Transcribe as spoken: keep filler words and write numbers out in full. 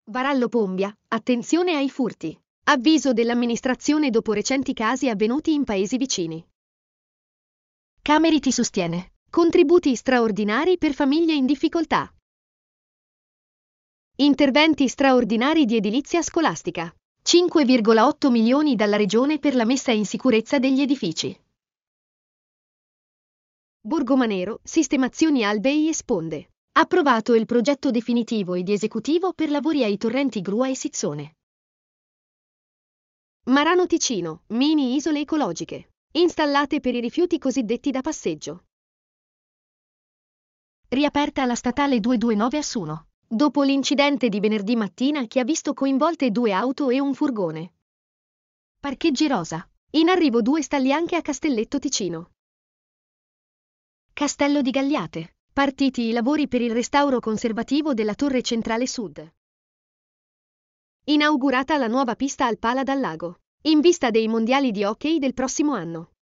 Varallo Pombia, attenzione ai furti. Avviso dell'amministrazione dopo recenti casi avvenuti in paesi vicini. Cameri ti sostiene. Contributi straordinari per famiglie in difficoltà. Interventi straordinari di edilizia scolastica. cinque virgola otto milioni dalla Regione per la messa in sicurezza degli edifici. Borgomanero, sistemazioni albei e sponde. Approvato il progetto definitivo ed esecutivo per lavori ai torrenti Grua e Sizzone. Marano Ticino, mini isole ecologiche, installate per i rifiuti cosiddetti da passeggio. Riaperta la statale duecentoventinove a Suno, dopo l'incidente di venerdì mattina che ha visto coinvolte due auto e un furgone. Parcheggi Rosa, in arrivo due stalli anche a Castelletto Ticino. Castello di Gagliate, partiti i lavori per il restauro conservativo della Torre Centrale Sud. Inaugurata la nuova pista al Pala dal Lago, in vista dei mondiali di hockey del prossimo anno.